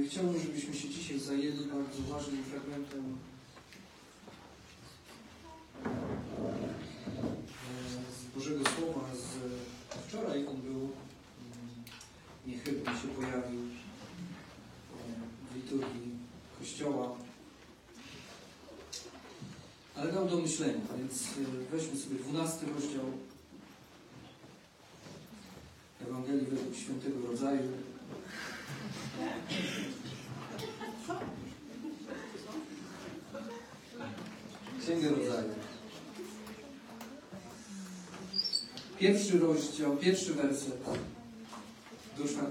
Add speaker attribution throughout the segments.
Speaker 1: chciałbym, żebyśmy się dzisiaj zajęli bardzo ważnym fragmentem z Bożego Słowa z wczoraj. On był niechybnie się pojawił w liturgii Kościoła, ale dał do myślenia, więc weźmy sobie 12 rozdział Ewangelii według Świętego Rodzaju. Księgę Rodzaju. Pierwszy rozdział, pierwszy werset do 4.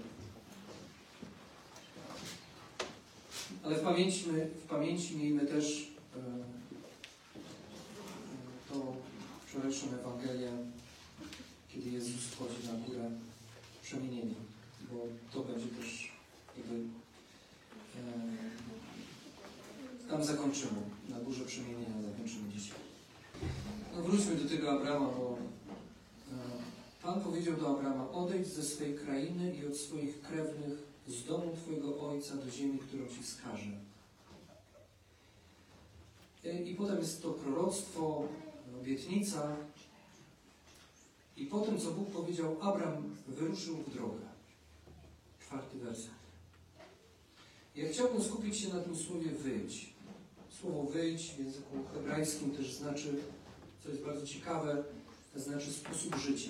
Speaker 1: Ale w pamięci miejmy też to wczorajszą Ewangelię, kiedy Jezus wchodzi na górę przemienienia, bo to będzie też jakby tam zakończymy, na górze przemienienia zakończymy dzisiaj. No wróćmy do tego Abrama, bo Pan powiedział do Abrama: odejdź ze swej krainy i od swoich krewnych, z domu Twojego ojca do ziemi, którą Ci wskażę. I potem jest to proroctwo, obietnica. I po tym, co Bóg powiedział, Abram wyruszył w drogę. 4. werset. Ja chciałbym skupić się na tym słowie wyjdź. Słowo wyjdź w języku hebrajskim też znaczy, co jest bardzo ciekawe, to znaczy sposób życia.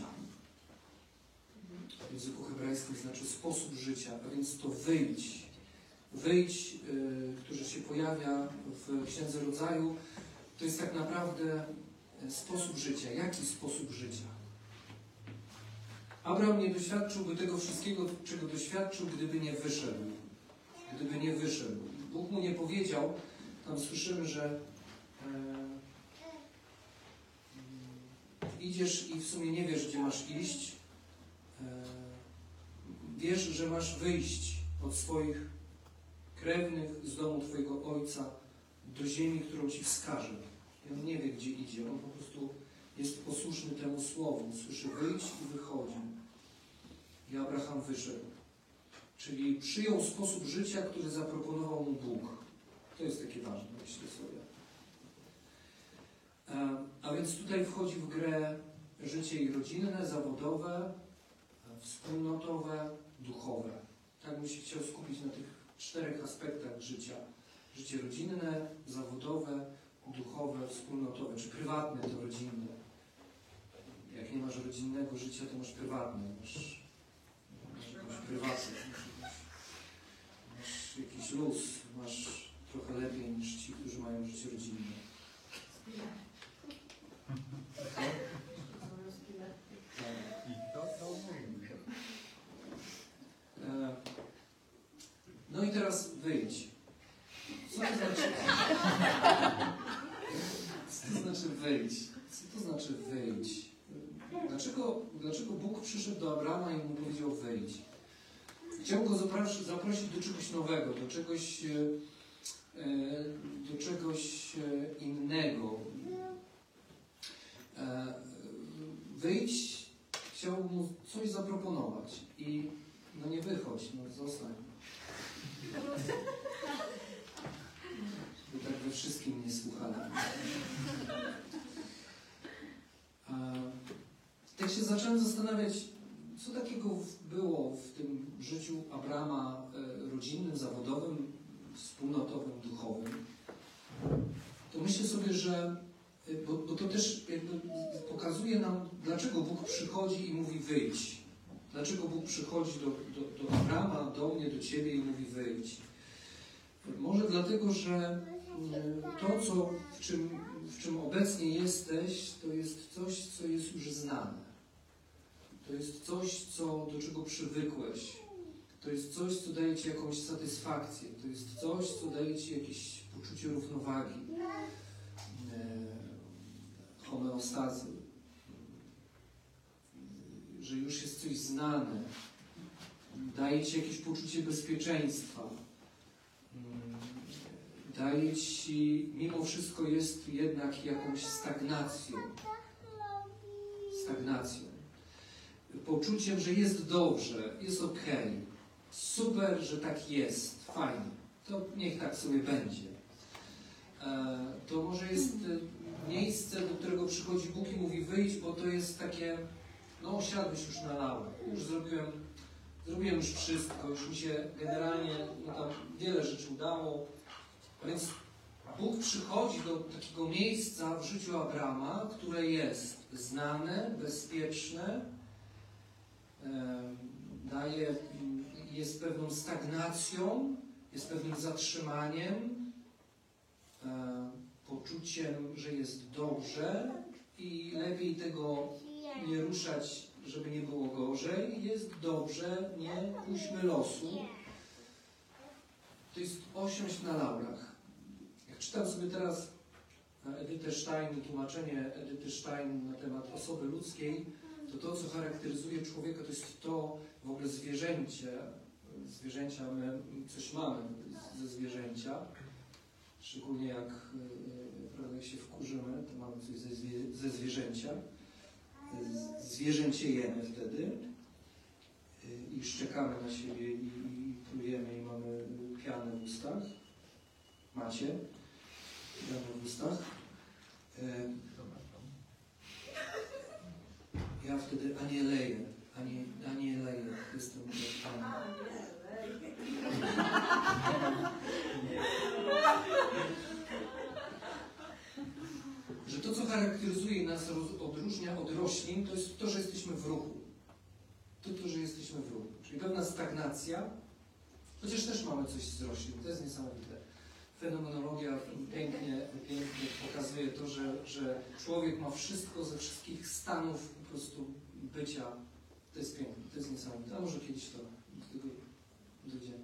Speaker 1: W języku hebrajskim znaczy sposób życia, a więc to wyjdź. Wyjdź, który się pojawia w Księdze Rodzaju, to jest tak naprawdę sposób życia. Jaki sposób życia? Abraham nie doświadczyłby tego wszystkiego, czego doświadczył, gdyby nie wyszedł. Gdyby nie wyszedł. Bóg mu nie powiedział, tam słyszymy, że idziesz i w sumie nie wiesz, gdzie masz iść. Wiesz, że masz wyjść od swoich krewnych z domu Twojego ojca do ziemi, którą Ci wskaże. I on nie wie, gdzie idzie. On po prostu jest posłuszny temu słowu. Słyszy: wyjdź i wychodzi. I Abraham wyszedł. Czyli przyjął sposób życia, który zaproponował mu Bóg. To jest takie ważne, myślę sobie. A więc tutaj wchodzi w grę życie i rodzinne, zawodowe, wspólnotowe, duchowe. Tak bym się chciał skupić na tych 4 aspektach życia. Życie rodzinne, zawodowe, duchowe, wspólnotowe, czy prywatne to rodzinne. Jak nie masz rodzinnego życia, to masz prywatne. Masz jakąś prywatność, masz jakiś luz, masz trochę lepiej niż ci, którzy mają życie rodzinne. No i teraz wyjdź. Co to znaczy? Co to znaczy wyjdź? Co to znaczy wyjdź? Dlaczego Bóg przyszedł do Abrama i mu powiedział wyjdź? Chciał go zaprosić do czegoś nowego, do czegoś innego. Wyjdź, chciał mu coś zaproponować i no nie wychodź, no zostań. Bo tak we wszystkim nie słuchali. Tak się zacząłem zastanawiać, co takiego było w tym życiu Abrama rodzinnym, zawodowym, wspólnotowym, duchowym. To myślę sobie, że bo to też jakby pokazuje nam, dlaczego Bóg przychodzi i mówi wyjdź. Dlaczego Bóg przychodzi do Abrama, do mnie, do Ciebie i mówi wyjdź. Może dlatego, że to, w czym obecnie jesteś, to jest coś, co jest już znane. To jest coś, do czego przywykłeś. To jest coś, co daje Ci jakąś satysfakcję. To jest coś, co daje Ci jakieś poczucie równowagi, homeostazy. Że już jest coś znane. Daje Ci jakieś poczucie bezpieczeństwa. Daje Ci, mimo wszystko jest jednak jakąś stagnacją. Poczuciem, że jest dobrze, jest okej. super, że tak jest, fajnie, to niech tak sobie będzie. To może jest miejsce, do którego przychodzi Bóg i mówi wyjdź, bo to jest takie, no siadłeś już na laurach, już zrobiłem już wszystko, już mi się generalnie tam wiele rzeczy udało, a więc Bóg przychodzi do takiego miejsca w życiu Abrama, które jest znane, bezpieczne, jest pewną stagnacją, jest pewnym zatrzymaniem, poczuciem, że jest dobrze i lepiej tego nie ruszać, żeby nie było gorzej. Jest dobrze, nie puśćmy losu. To jest osiąść na laurach. Jak czytam sobie teraz Edytę Stein, tłumaczenie Edyty Stein na temat osoby ludzkiej, to, co charakteryzuje człowieka, to jest to w ogóle zwierzęcia, my coś mamy ze zwierzęcia, szczególnie jak się wkurzymy, to mamy coś ze zwierzęcia, zwierzęciejemy wtedy i szczekamy na siebie i plujemy i mamy pianę w ustach. Macie pianę w ustach. Ja wtedy anieleję. Jestem Panem. Że to, co charakteryzuje nas, odróżnia od roślin, to jest to, że jesteśmy w ruchu. To, że jesteśmy w ruchu. Czyli pewna stagnacja, chociaż też mamy coś z roślin. To jest niesamowite. Fenomenologia pięknie pokazuje to, że człowiek ma wszystko ze wszystkich stanów po prostu bycia. To jest piękne, to jest niesamowite. A może kiedyś do tego dojdziemy.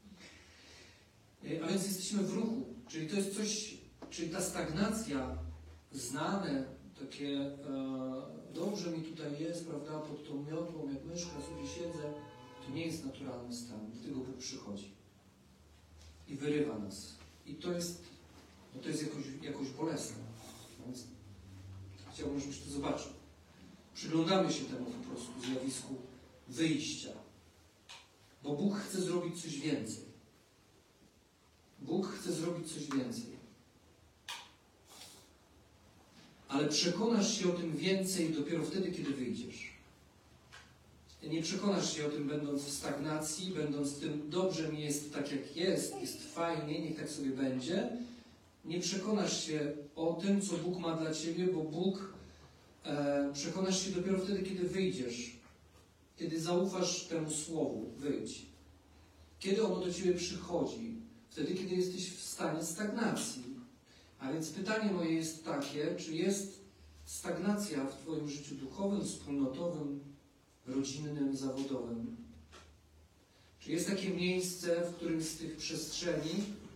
Speaker 1: A więc jesteśmy w ruchu, czyli to jest coś, czyli ta stagnacja, znane, takie dobrze mi tutaj jest, prawda, pod tą miotłą, jak myszka sobie siedzę, to nie jest naturalny stan, do tego Bóg przychodzi i wyrywa nas. I to jest jakoś bolesne. Więc chciałbym, żebyś to zobaczył. Przyglądamy się temu po prostu zjawisku wyjścia. Bo Bóg chce zrobić coś więcej. Bóg chce zrobić coś więcej. Ale przekonasz się o tym więcej dopiero wtedy, kiedy wyjdziesz. Nie przekonasz się o tym, będąc w stagnacji, będąc w tym, dobrze mi jest tak, jak jest fajnie, niech tak sobie będzie. Nie przekonasz się o tym, co Bóg ma dla ciebie, bo przekonasz się dopiero wtedy, kiedy wyjdziesz. Kiedy zaufasz temu słowu, wyjdź. Kiedy ono do ciebie przychodzi? Wtedy, kiedy jesteś w stanie stagnacji. A więc pytanie moje jest takie, czy jest stagnacja w twoim życiu duchowym, wspólnotowym, rodzinnym, zawodowym? Czy jest takie miejsce, w którym z tych przestrzeni,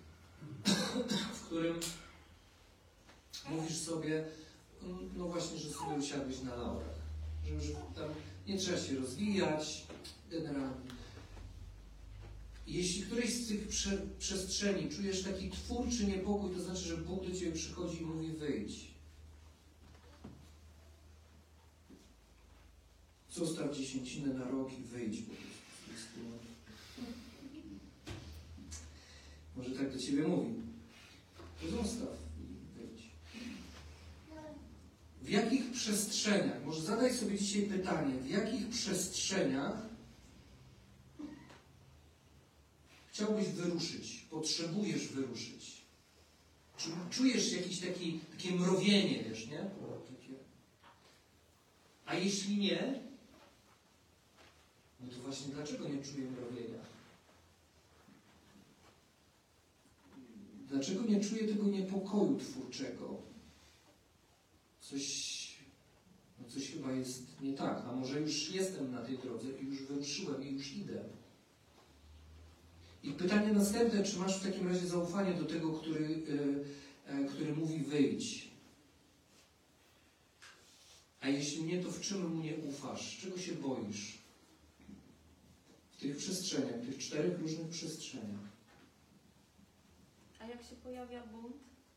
Speaker 1: w którym mówisz sobie, no właśnie, że sobie usiadłeś na laurach, że już tam nie trzeba się rozwijać, generalnie. Jeśli którejś z tych przestrzeni czujesz taki twórczy niepokój, to znaczy, że Bóg do ciebie przychodzi i mówi wyjdź. Zostaw dziesięcinę na rok i wyjdź po prostu. Może tak do ciebie mówi. To zostaw i wyjdź. W jakich przestrzeniach, może zadaj sobie dzisiaj pytanie, w jakich przestrzeniach chciałbyś wyruszyć, potrzebujesz wyruszyć? Czy czujesz jakieś takie mrowienie, wiesz, nie? A jeśli nie, no to właśnie dlaczego nie czuję mrowienia? Dlaczego nie czuję tego niepokoju twórczego? Coś chyba jest nie tak, a może już jestem na tej drodze i już wyruszyłem i już idę. I pytanie następne, czy masz w takim razie zaufanie do tego, który mówi wyjdź? A jeśli nie, to w czym mu nie ufasz? Czego się boisz? W tych przestrzeniach, w tych 4 różnych przestrzeniach.
Speaker 2: A jak się pojawia bunt?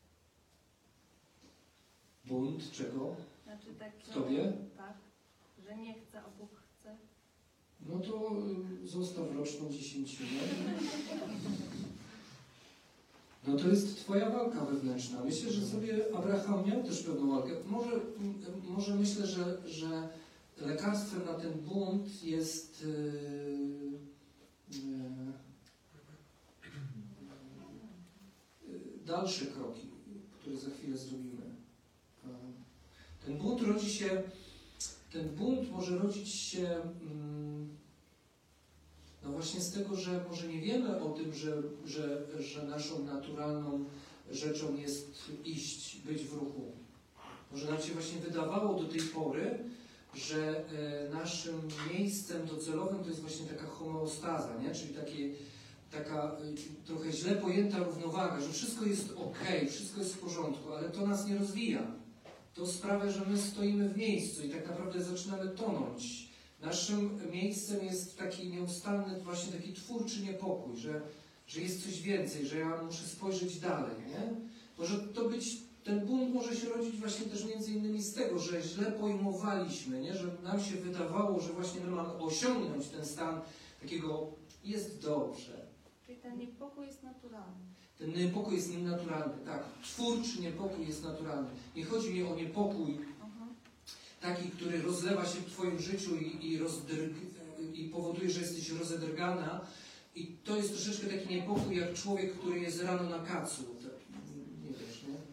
Speaker 1: Bunt czego?
Speaker 2: Znaczy tak,
Speaker 1: w tobie?
Speaker 2: Tak, że nie chcę, a Bóg chce.
Speaker 1: No to zostaw roczną 10. No to jest twoja walka wewnętrzna. Myślę, że sobie Abraham miał też pewną walkę. Może myślę, że lekarstwem na ten bunt jest dalsze kroki, które za chwilę zrobimy. Ten bunt może rodzić się no właśnie z tego, że może nie wiemy o tym, że naszą naturalną rzeczą jest iść, być w ruchu. Może nam się właśnie wydawało do tej pory, że naszym miejscem docelowym to jest właśnie taka homeostaza, nie? Czyli taka trochę źle pojęta równowaga, że wszystko jest okej, wszystko jest w porządku, ale to nas nie rozwija. To sprawia, że my stoimy w miejscu i tak naprawdę zaczynamy tonąć. Naszym miejscem jest taki nieustanny, właśnie taki twórczy niepokój, że jest coś więcej, że ja muszę spojrzeć dalej, nie? Może to być, ten bunt może się rodzić właśnie też między innymi z tego, że źle pojmowaliśmy, nie? Że nam się wydawało, że właśnie my mamy osiągnąć ten stan takiego jest dobrze.
Speaker 2: Czyli ten niepokój jest naturalny.
Speaker 1: Ten niepokój jest nienaturalny, tak. Twórczy niepokój jest naturalny. Nie chodzi mi o niepokój taki, który rozlewa się w twoim życiu i powoduje, że jesteś rozedrgana. I to jest troszeczkę taki niepokój, jak człowiek, który jest rano na kacu. Nie wiesz, nie?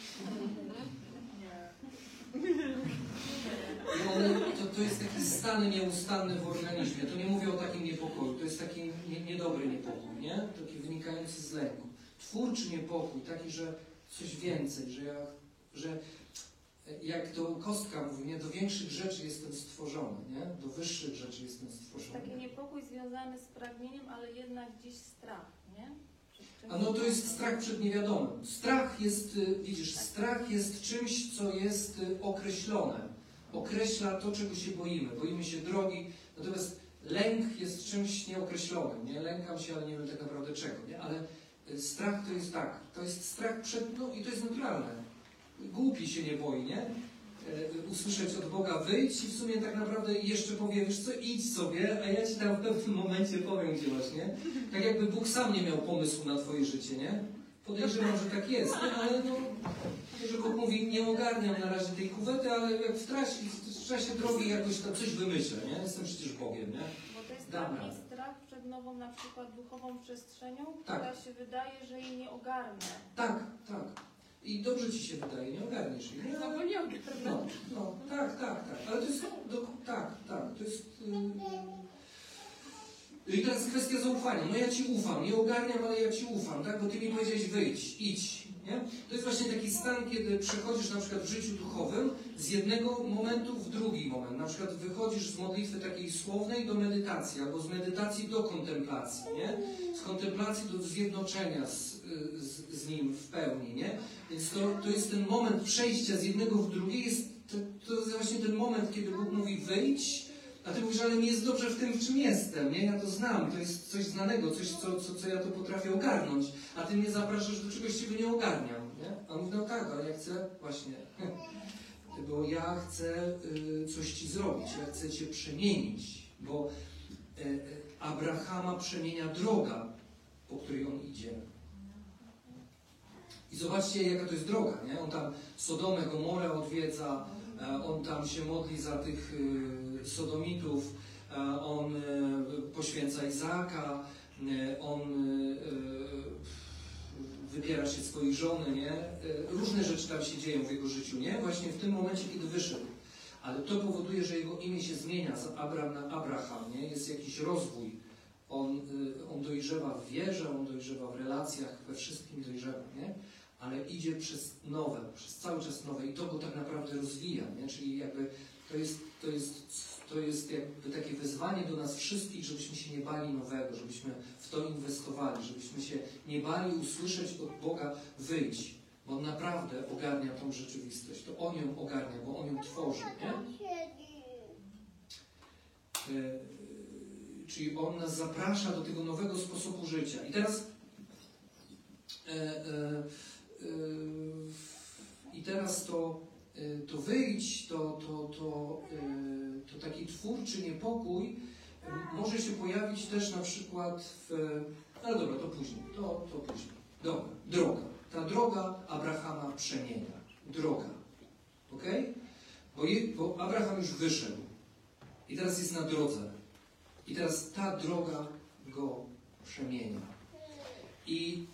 Speaker 1: To jest taki stan nieustanny w organizmie. To nie mówię o takim niepokoju. To jest taki niedobry niepokój, nie? Taki wynikający z lęku. Twórczy niepokój, taki, że coś więcej, że jak to Kostka mówi, nie? Do większych rzeczy jestem stworzony, nie? Do wyższych rzeczy jestem stworzony.
Speaker 2: Taki niepokój związany z pragnieniem, ale jednak gdzieś strach, nie?
Speaker 1: A no to jest strach przed niewiadomym. Strach jest, widzisz, strach jest czymś, co jest określone. Określa to, czego się boimy. Boimy się drogi, natomiast lęk jest czymś nieokreślonym, nie? Lękam się, ale nie wiem tak naprawdę czego, nie? Ale strach to jest tak, to jest strach przed, no i to jest naturalne. Głupi się nie boi, nie? Usłyszeć od Boga wyjdź i w sumie tak naprawdę jeszcze powie, wiesz co, idź sobie, a ja ci tam w pewnym momencie powiem, gdzie masz, nie? Tak jakby Bóg sam nie miał pomysłu na twoje życie, nie? Podejrzewam, że tak jest, nie? Ale no, że Bóg mówi, nie ogarniam na razie tej kuwety, ale jak w czasie drogi jakoś tam coś wymyślę, nie? Jestem przecież Bogiem, nie?
Speaker 2: Bo to jest taki strach przed nową na przykład duchową przestrzenią, która się wydaje, że jej nie ogarnę.
Speaker 1: Tak. I dobrze ci się wydaje, nie ogarniesz jej.
Speaker 2: No bo nie ogarnę.
Speaker 1: No, tak. Ale to jest, tak, to jest... I teraz kwestia zaufania. No ja ci ufam, nie ogarniam, ale ja ci ufam, tak? Bo ty mi powiedziałeś wyjdź, idź, nie? To jest właśnie taki stan, kiedy przechodzisz na przykład w życiu duchowym z jednego momentu w drugi moment. Na przykład wychodzisz z modlitwy takiej słownej do medytacji, albo z medytacji do kontemplacji, nie? Z kontemplacji do zjednoczenia z Nim w pełni, nie? Więc to jest ten moment przejścia z jednego w drugie, to jest właśnie ten moment, kiedy Bóg mówi wyjdź, a ty mówisz, ale mi jest dobrze w tym, w czym jestem, nie? Ja to znam, to jest coś znanego, coś, co ja to potrafię ogarnąć, a ty mnie zapraszasz do czegoś, czego nie ogarniam, nie? A on mówi, no tak, ale ja chcę właśnie, bo ja chcę coś ci zrobić, ja chcę cię przemienić, bo Abrahama przemienia droga, po której on idzie. I zobaczcie, jaka to jest droga, nie? On tam Sodomę, Gomorę odwiedza, on tam się modli za tych sodomitów, on poświęca Izaaka, on wybiera się swojej żony, nie? Różne rzeczy tam się dzieją w jego życiu, nie? Właśnie w tym momencie, kiedy wyszedł. Ale to powoduje, że jego imię się zmienia z Abram na Abraham, nie? Jest jakiś rozwój. On dojrzewa w wierze, on dojrzewa w relacjach, we wszystkim dojrzewa, nie? Ale idzie przez cały czas nowe i to go tak naprawdę rozwija, nie? Czyli jakby to jest jakby takie wezwanie do nas wszystkich, żebyśmy się nie bali nowego, żebyśmy w to inwestowali, żebyśmy się nie bali usłyszeć od Boga wyjdź, bo On naprawdę ogarnia tą rzeczywistość, to On ją ogarnia, bo On ją tworzy, nie? Czyli On nas zaprasza do tego nowego sposobu życia. I teraz to wyjść, to taki twórczy niepokój może się pojawić też na przykład ale dobra, to później. To później. Dobra, droga. Ta droga Abrahama przemienia. Droga. Ok? Bo Abraham już wyszedł. I teraz jest na drodze. I teraz ta droga go przemienia. I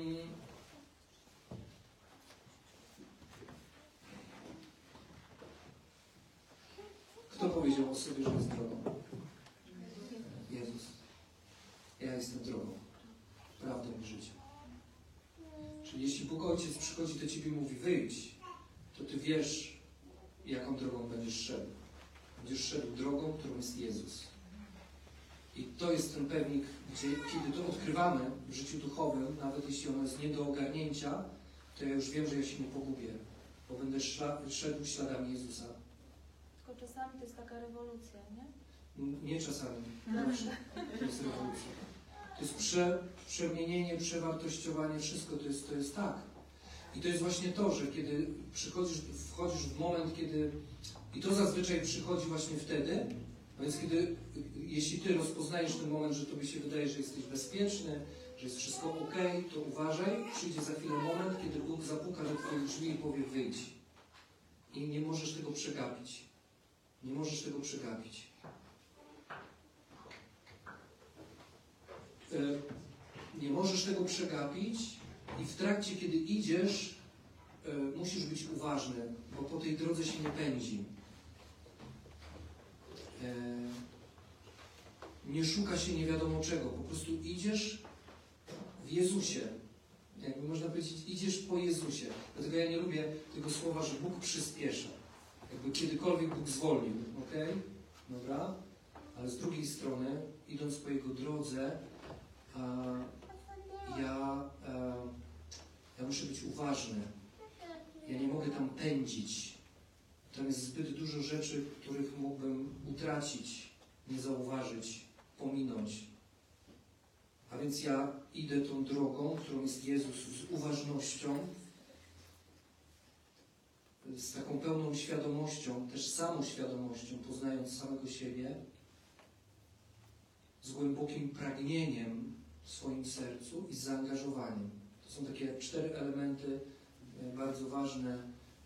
Speaker 1: kto powiedział o sobie, że jest drogą? Jezus. Ja jestem drogą, prawdą i życiem. Czyli jeśli Bóg Ojciec przychodzi do ciebie i mówi wyjdź, to ty wiesz, jaką drogą będziesz szedł. Będziesz szedł drogą, którą jest Jezus. I to jest ten pewnik, gdzie kiedy to odkrywamy w życiu duchowym, nawet jeśli ono jest nie do ogarnięcia, to ja już wiem, że ja się nie pogubię, bo będę szedł śladami Jezusa.
Speaker 2: Tylko czasami to jest taka rewolucja, nie?
Speaker 1: Nie czasami, zawsze. To jest rewolucja. To jest przemienienie, przewartościowanie, wszystko to jest tak. I to jest właśnie to, że kiedy wchodzisz w moment, kiedy... I to zazwyczaj przychodzi właśnie wtedy, więc jeśli ty rozpoznajesz ten moment, że tobie się wydaje, że jesteś bezpieczny, że jest wszystko ok, to uważaj, przyjdzie za chwilę moment, kiedy Bóg zapuka do twoich drzwi i powie wyjdź. I nie możesz tego przegapić. Nie możesz tego przegapić. Nie możesz tego przegapić i w trakcie, kiedy idziesz, musisz być uważny, bo po tej drodze się nie pędzi. Nie szuka się nie wiadomo czego, po prostu idziesz w Jezusie. Jakby można powiedzieć, idziesz po Jezusie. Dlatego ja nie lubię tego słowa, że Bóg przyspiesza. Jakby kiedykolwiek Bóg zwolnił, ok? Dobra? Ale z drugiej strony, idąc po Jego drodze, ja muszę być uważny. Ja nie mogę tam pędzić. Tam jest zbyt dużo rzeczy, których mógłbym utracić, nie zauważyć, pominąć. A więc ja idę tą drogą, którą jest Jezus, z uważnością, z taką pełną świadomością, też samoświadomością, poznając samego siebie, z głębokim pragnieniem w swoim sercu i z zaangażowaniem. To są takie 4 elementy bardzo ważne,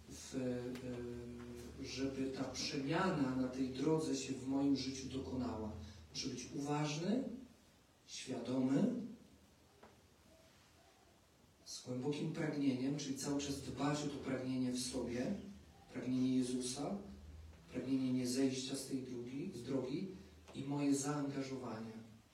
Speaker 1: żeby ta przemiana na tej drodze się w moim życiu dokonała. Muszę być uważny, świadomy, z głębokim pragnieniem, czyli cały czas dbać o to pragnienie w sobie, pragnienie Jezusa, pragnienie nie zejścia z tej drogi i moje zaangażowanie.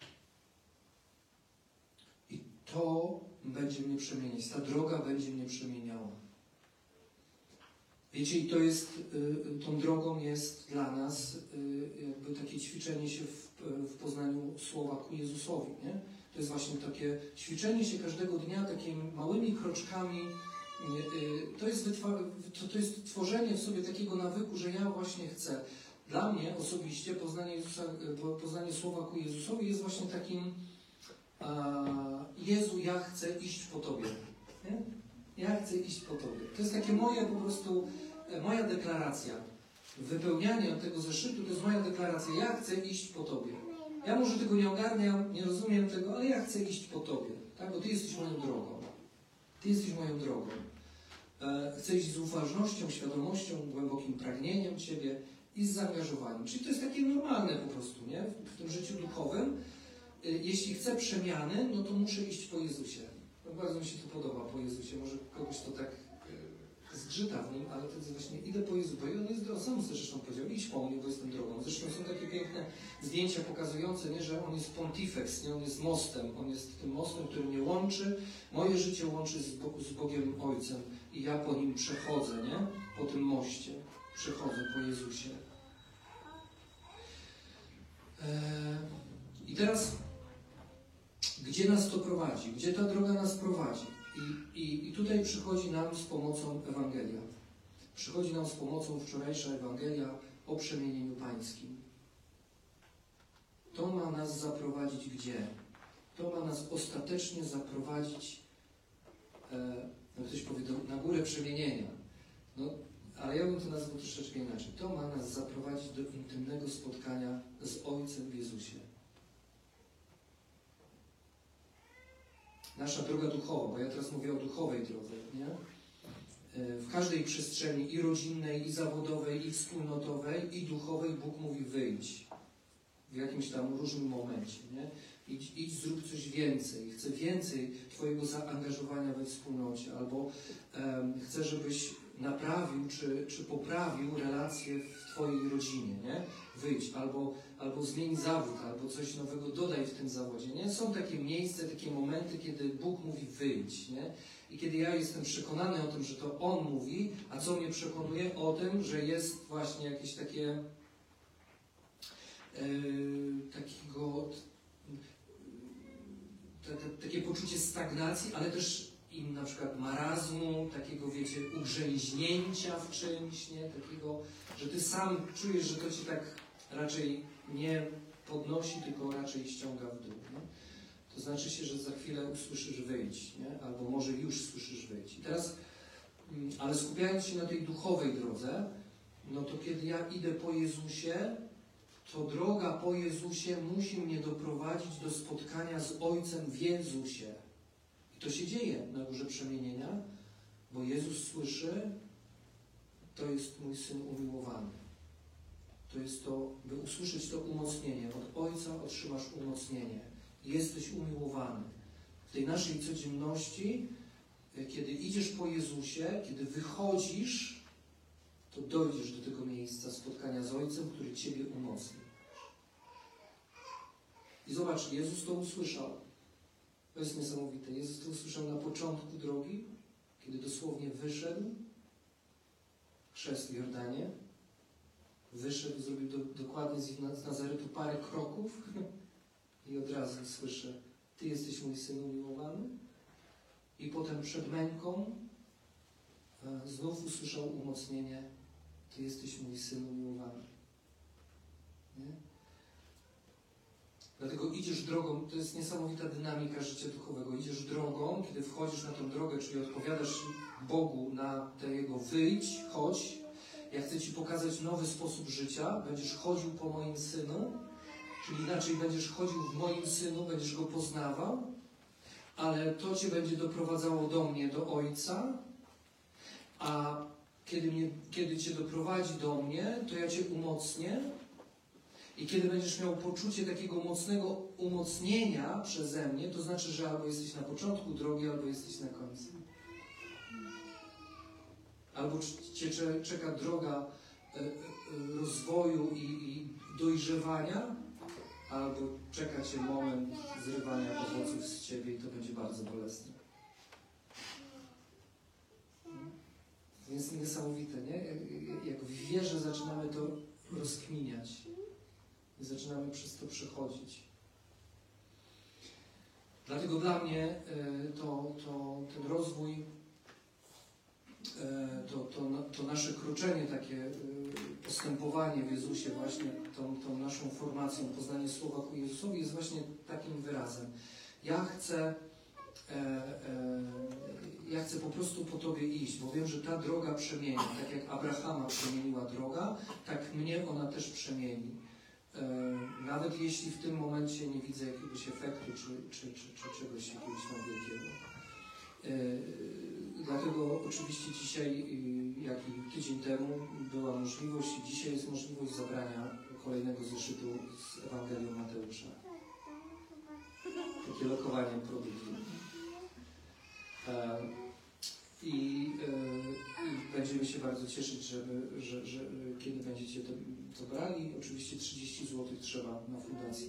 Speaker 1: I to będzie mnie przemieniać. Ta droga będzie mnie przemieniała. Wiecie, i to jest, tą drogą jest dla nas jakby takie ćwiczenie się w poznaniu słowa ku Jezusowi, nie? To jest właśnie takie ćwiczenie się każdego dnia takimi małymi kroczkami. To jest tworzenie w sobie takiego nawyku, że ja właśnie chcę. Dla mnie osobiście poznanie słowa ku Jezusowi jest właśnie takim Jezu, ja chcę iść po Tobie. Nie? Ja chcę iść po Tobie. To jest takie moje po prostu, moja deklaracja. Wypełnianie tego zeszytu to jest moja deklaracja. Ja chcę iść po Tobie. Ja może tego nie ogarniam, nie rozumiem tego, ale ja chcę iść po Tobie. Tak? Bo Ty jesteś moją drogą. Ty jesteś moją drogą. Chcę iść z uważnością, świadomością, głębokim pragnieniem Ciebie i z zaangażowaniem. Czyli to jest takie normalne po prostu, nie? W tym życiu duchowym. Jeśli chcę przemiany, no to muszę iść po Jezusie. Bardzo mi się to podoba po Jezusie. Może kogoś to tak zgrzyta w nim, ale to jest właśnie idę po Jezu, bo on jest drogą. Sam zresztą powiedział, idź po mnie, bo jestem drogą. Zresztą są takie piękne zdjęcia pokazujące, nie, że on jest pontifex, nie, on jest mostem. On jest tym mostem, który mnie łączy. Moje życie łączy z Bogiem Ojcem i ja po nim przechodzę, nie? Po tym moście. Przechodzę po Jezusie. I teraz gdzie nas to prowadzi? Gdzie ta droga nas prowadzi? I tutaj przychodzi nam z pomocą Ewangelia. Przychodzi nam z pomocą wczorajsza Ewangelia o przemienieniu pańskim. To ma nas zaprowadzić gdzie? To ma nas ostatecznie zaprowadzić, ktoś powie, na górę przemienienia. No, ale ja bym to nazwał troszeczkę inaczej. To ma nas zaprowadzić do intymnego spotkania z Ojcem w Jezusie. nasza droga duchowa, bo ja teraz mówię o duchowej drodze, nie? W każdej przestrzeni i rodzinnej, i zawodowej, i wspólnotowej, i duchowej Bóg mówi wyjdź w jakimś tam różnym momencie, nie? Idź, zrób coś więcej. Chcę więcej Twojego zaangażowania we wspólnocie, albo chcę, żebyś naprawił czy poprawił relacje w Twojej rodzinie, nie? Wyjdź, albo zmień zawód, albo coś nowego dodaj w tym zawodzie, nie? Są takie miejsca, takie momenty, kiedy Bóg mówi wyjdź, nie? I kiedy ja jestem przekonany o tym, że to On mówi, a co mnie przekonuje? O tym, że jest właśnie jakieś takie takie poczucie stagnacji, ale też i na przykład marazmu, takiego, wiecie, ugrzęźnięcia w czymś, nie? Takiego, że ty sam czujesz, że to ci tak raczej nie podnosi, tylko raczej ściąga w dół, nie? To znaczy się, że za chwilę usłyszysz wyjdź, nie? Albo może już słyszysz wyjdź. I teraz, ale skupiając się na tej duchowej drodze, no to kiedy ja idę po Jezusie, to droga po Jezusie musi mnie doprowadzić do spotkania z Ojcem w Jezusie. I to się dzieje na Górze Przemienienia, bo Jezus słyszy, to jest mój Syn umiłowany. To jest to, by usłyszeć to umocnienie. Od Ojca otrzymasz umocnienie. Jesteś umiłowany. W tej naszej codzienności, kiedy idziesz po Jezusie, kiedy wychodzisz, to dojdziesz do tego miejsca spotkania z Ojcem, który Ciebie umocni. I zobacz, Jezus to usłyszał. To jest niesamowite. Jezus to usłyszał na początku drogi, kiedy dosłownie wyszedł, chrzest w Jordanie, wyszedł, zrobił dokładnie z Nazaretu parę kroków i od razu słyszę, Ty jesteś mój Syn umiłowany. I potem przed męką znów usłyszał umocnienie, Ty jesteś mój Syn umiłowany. Nie? Dlatego idziesz drogą, to jest niesamowita dynamika życia duchowego. Idziesz drogą, kiedy wchodzisz na tą drogę, czyli odpowiadasz Bogu na te Jego wyjdź, chodź. Ja chcę Ci pokazać nowy sposób życia. Będziesz chodził po moim Synu, czyli inaczej będziesz chodził w moim Synu, będziesz Go poznawał, ale to Cię będzie doprowadzało do mnie, do Ojca, a kiedy Cię doprowadzi do mnie, to ja Cię umocnię i kiedy będziesz miał poczucie takiego mocnego umocnienia przeze mnie, to znaczy, że albo jesteś na początku drogi, albo jesteś na końcu. Albo Cię czeka droga rozwoju i dojrzewania, albo czeka Cię moment zrywania owoców z Ciebie i to będzie bardzo bolesne. Więc niesamowite, nie? Jak w wierze zaczynamy to rozkminiać i zaczynamy przez to przechodzić. Dlatego dla mnie ten rozwój, to nasze kroczenie, takie postępowanie w Jezusie, właśnie tą naszą formacją, poznanie Słowa ku Jezusowi jest właśnie takim wyrazem. Ja chcę po prostu po Tobie iść, bo wiem, że ta droga przemieni. Tak jak Abrahama przemieniła droga, tak mnie ona też przemieni. Nawet jeśli w tym momencie nie widzę jakiegoś efektu, czy czegoś jakiegoś tam wielkiego. Dlatego oczywiście dzisiaj, jak i tydzień temu, była możliwość i dzisiaj jest możliwość zabrania kolejnego zeszytu z Ewangelią Mateusza. Takie lokowanie produktu. I będziemy się bardzo cieszyć, że kiedy będziecie to brali, oczywiście 30 zł trzeba na fundację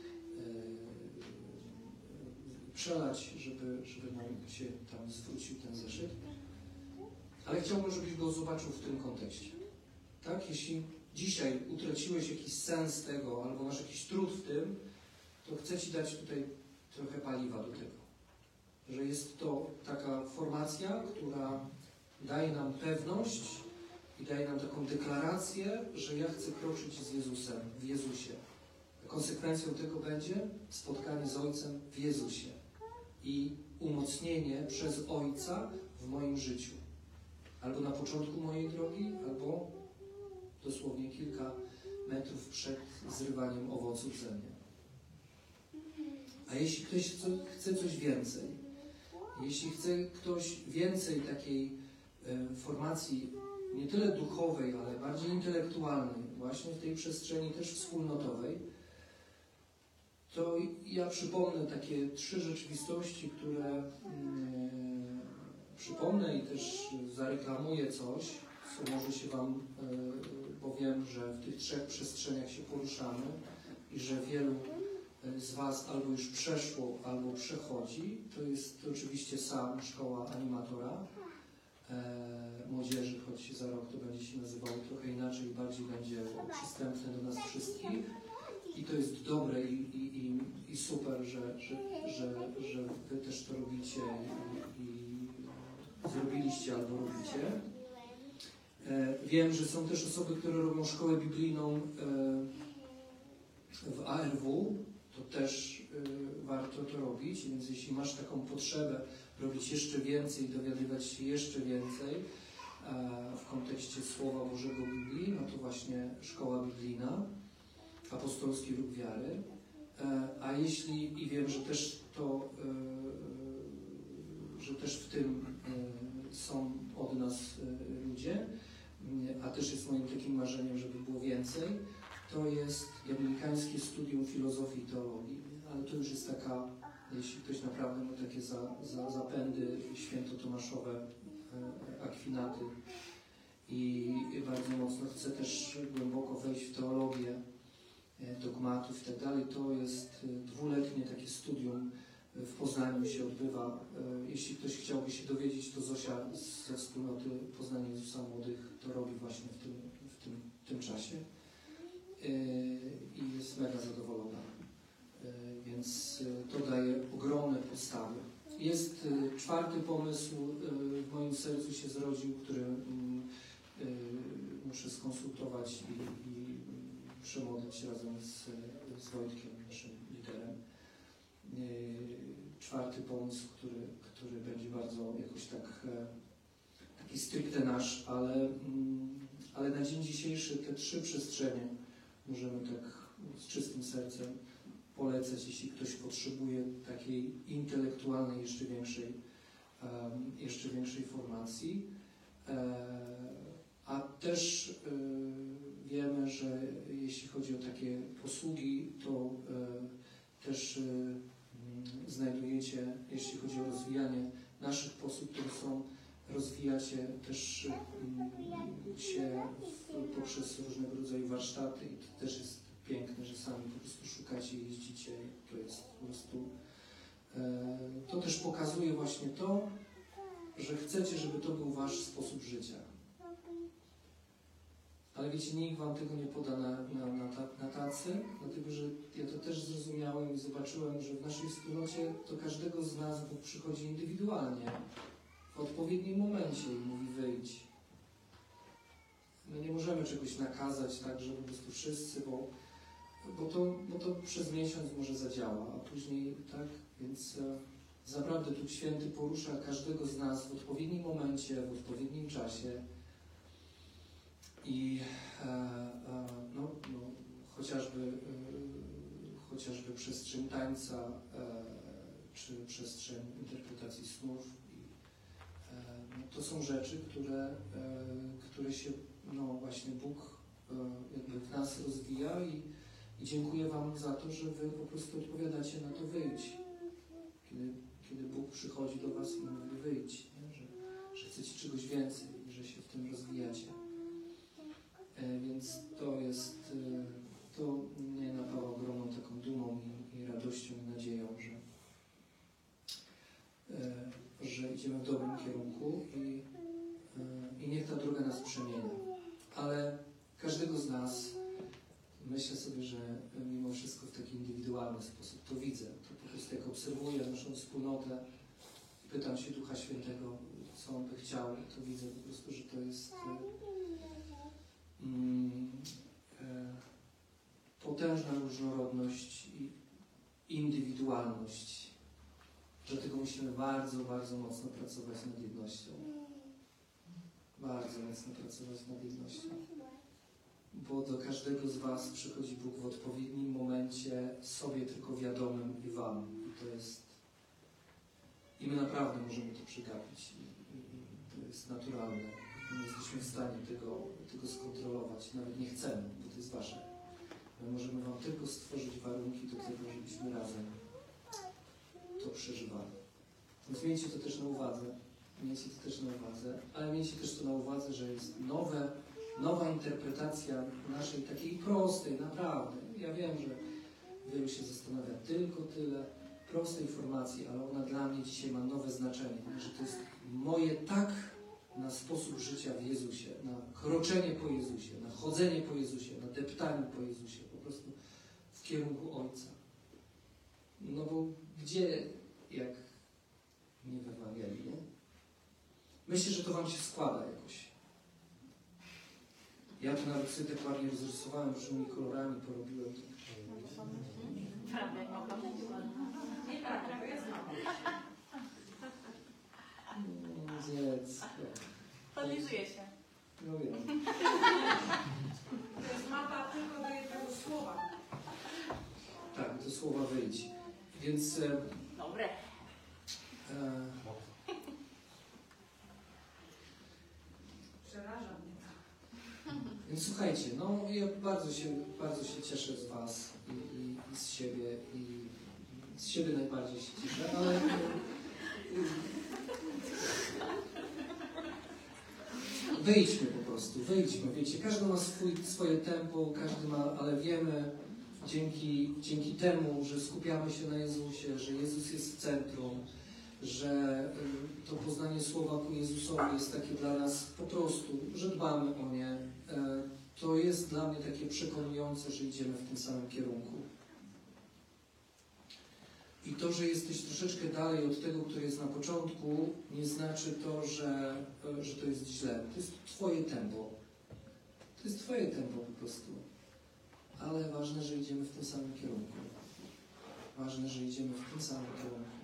Speaker 1: przelać, żeby nam się tam zwrócił ten zeszyt. Ale chciałbym, żebyś go zobaczył w tym kontekście. Tak? Jeśli dzisiaj utraciłeś jakiś sens tego, albo masz jakiś trud w tym, to chcę Ci dać tutaj trochę paliwa do tego. Że jest to taka formacja, która daje nam pewność i daje nam taką deklarację, że ja chcę kroczyć z Jezusem, w Jezusie. Konsekwencją tego będzie spotkanie z Ojcem w Jezusie i umocnienie przez Ojca w moim życiu. Albo na początku mojej drogi, albo dosłownie kilka metrów przed zrywaniem owoców ze mnie. A jeśli ktoś chce coś więcej, Jeśli chce ktoś więcej takiej formacji, nie tyle duchowej, ale bardziej intelektualnej, właśnie w tej przestrzeni też wspólnotowej, to ja przypomnę takie 3 rzeczywistości, które przypomnę i też zareklamuję coś, co może się Wam, bo wiem, że w tych 3 przestrzeniach się poruszamy i że wielu z Was albo już przeszło, albo przechodzi. To jest oczywiście SAM, Szkoła Animatora Młodzieży, choć za rok to będzie się nazywało trochę inaczej i bardziej będzie przystępne do nas wszystkich. I to jest dobre i super, że Wy też to robicie i zrobiliście albo robicie. Wiem, że są też osoby, które robią szkołę biblijną w ARW, to też warto to robić, więc jeśli masz taką potrzebę robić jeszcze więcej, dowiadywać się jeszcze więcej w kontekście Słowa Bożego Biblii, no to właśnie szkoła biblijna, apostolski ruch wiary. A jeśli, i wiem, że też to, że też w tym są od nas ludzie, a też jest moim takim marzeniem, żeby było więcej, to jest Jamnikańskie Studium Filozofii i Teologii. Ale to już jest taka, jeśli ktoś naprawdę ma takie zapędy świętotomaszowe, akwinaty i bardzo mocno chce też głęboko wejść w teologię, dogmatów i tak dalej, to jest 2-letnie takie studium w Poznaniu się odbywa. Jeśli ktoś chciałby się dowiedzieć, to Zosia ze wspólnoty Poznania Jezusa Młodych to robi właśnie w tym czasie i jest mega zadowolona. Więc to daje ogromne podstawy. Jest 4. pomysł w moim sercu się zrodził, który muszę skonsultować i przemodlić razem z Wojtkiem, naszym liderem. 4. pomysł, który będzie bardzo jakoś taki stricte nasz, ale na dzień dzisiejszy te 3 przestrzenie możemy tak z czystym sercem polecać, jeśli ktoś potrzebuje takiej intelektualnej, jeszcze większej formacji. A też wiemy, że jeśli chodzi o takie posługi, to też znajdujecie, jeśli chodzi o rozwijanie naszych posług, które rozwijacie też się poprzez różnego rodzaju warsztaty i to też jest piękne, że sami po prostu szukacie, jeździcie, to jest po prostu to też pokazuje właśnie to, że chcecie, żeby to był wasz sposób życia. Ale wiecie, nikt wam tego nie poda na tacy, dlatego że ja to też zrozumiałem i zobaczyłem, że w naszej wspólnocie to każdego z nas Bóg przychodzi indywidualnie, w odpowiednim momencie i mówi wyjdź. My nie możemy czegoś nakazać tak, że po prostu wszyscy, bo to przez miesiąc może zadziała, a później tak, więc naprawdę Duch Święty porusza każdego z nas w odpowiednim momencie, w odpowiednim czasie i chociażby przestrzeń tańca, czy przestrzeń interpretacji snów. To są rzeczy, które się, właśnie Bóg jakby w nas rozwija i dziękuję wam za to, że wy po prostu odpowiadacie na to wyjdź. Kiedy Bóg przychodzi do was i mówi wyjdź, nie? Że chcecie czegoś więcej i że się w tym rozwijacie. Więc to mnie napawa ogromną taką dumą i radością i nadzieją, że idziemy w dobrym kierunku i niech ta droga nas przemienia. Ale każdego z nas, myślę sobie, że mimo wszystko w taki indywidualny sposób to widzę. To po prostu jak obserwuję naszą wspólnotę, pytam się Ducha Świętego, co On by chciał, to widzę po prostu, że to jest potężna różnorodność i indywidualność. Dlatego musimy bardzo, bardzo mocno pracować nad jednością. Bardzo mocno pracować nad jednością. Bo do każdego z was przychodzi Bóg w odpowiednim momencie, sobie tylko wiadomym i wam. I to jest... I my naprawdę możemy to przegapić. To jest naturalne. Nie jesteśmy w stanie tego skontrolować. Nawet nie chcemy, bo to jest wasze. My możemy wam tylko stworzyć warunki do tego, żebyśmy razem to przeżywali. Więc miejcie to też na uwadze. Miejcie to też na uwadze, ale miejcie też to na uwadze, że jest nowa interpretacja naszej takiej prostej, naprawdę. Ja wiem, że wielu się zastanawia tylko tyle prostej informacji, ale ona dla mnie dzisiaj ma nowe znaczenie, że to jest moje tak na sposób życia w Jezusie, na kroczenie po Jezusie, na chodzenie po Jezusie, na deptanie po Jezusie, po prostu w kierunku Ojca. No bo gdzie, jak nie w Ewangelii, nie? Myślę, że to wam się składa jakoś. Ja to nawet sobie tak ładnie rozrysowałem, różnymi kolorami porobiłem. Dziecko.
Speaker 2: Podlizuje się.
Speaker 1: No wiem.
Speaker 3: To jest mapa tylko do jednego słowa.
Speaker 1: Tak, do słowa wyjdź. Więc...
Speaker 2: Dobre.
Speaker 3: Przeraża mnie to.
Speaker 1: Więc słuchajcie, no ja bardzo się cieszę z was i z siebie i z siebie najbardziej się cieszę, ale wyjdźmy po prostu, wyjdźmy, wiecie, każdy ma swoje tempo, każdy ma, ale wiemy dzięki temu, że skupiamy się na Jezusie, że Jezus jest w centrum, że to poznanie słowa ku Jezusowi jest takie dla nas po prostu, że dbamy o nie. To jest dla mnie takie przekonujące, że idziemy w tym samym kierunku. I to, że jesteś troszeczkę dalej od tego, który jest na początku, nie znaczy to, że to jest źle. To jest twoje tempo. To jest twoje tempo po prostu. Ale ważne, że idziemy w tym samym kierunku. Ważne, że idziemy w tym samym kierunku.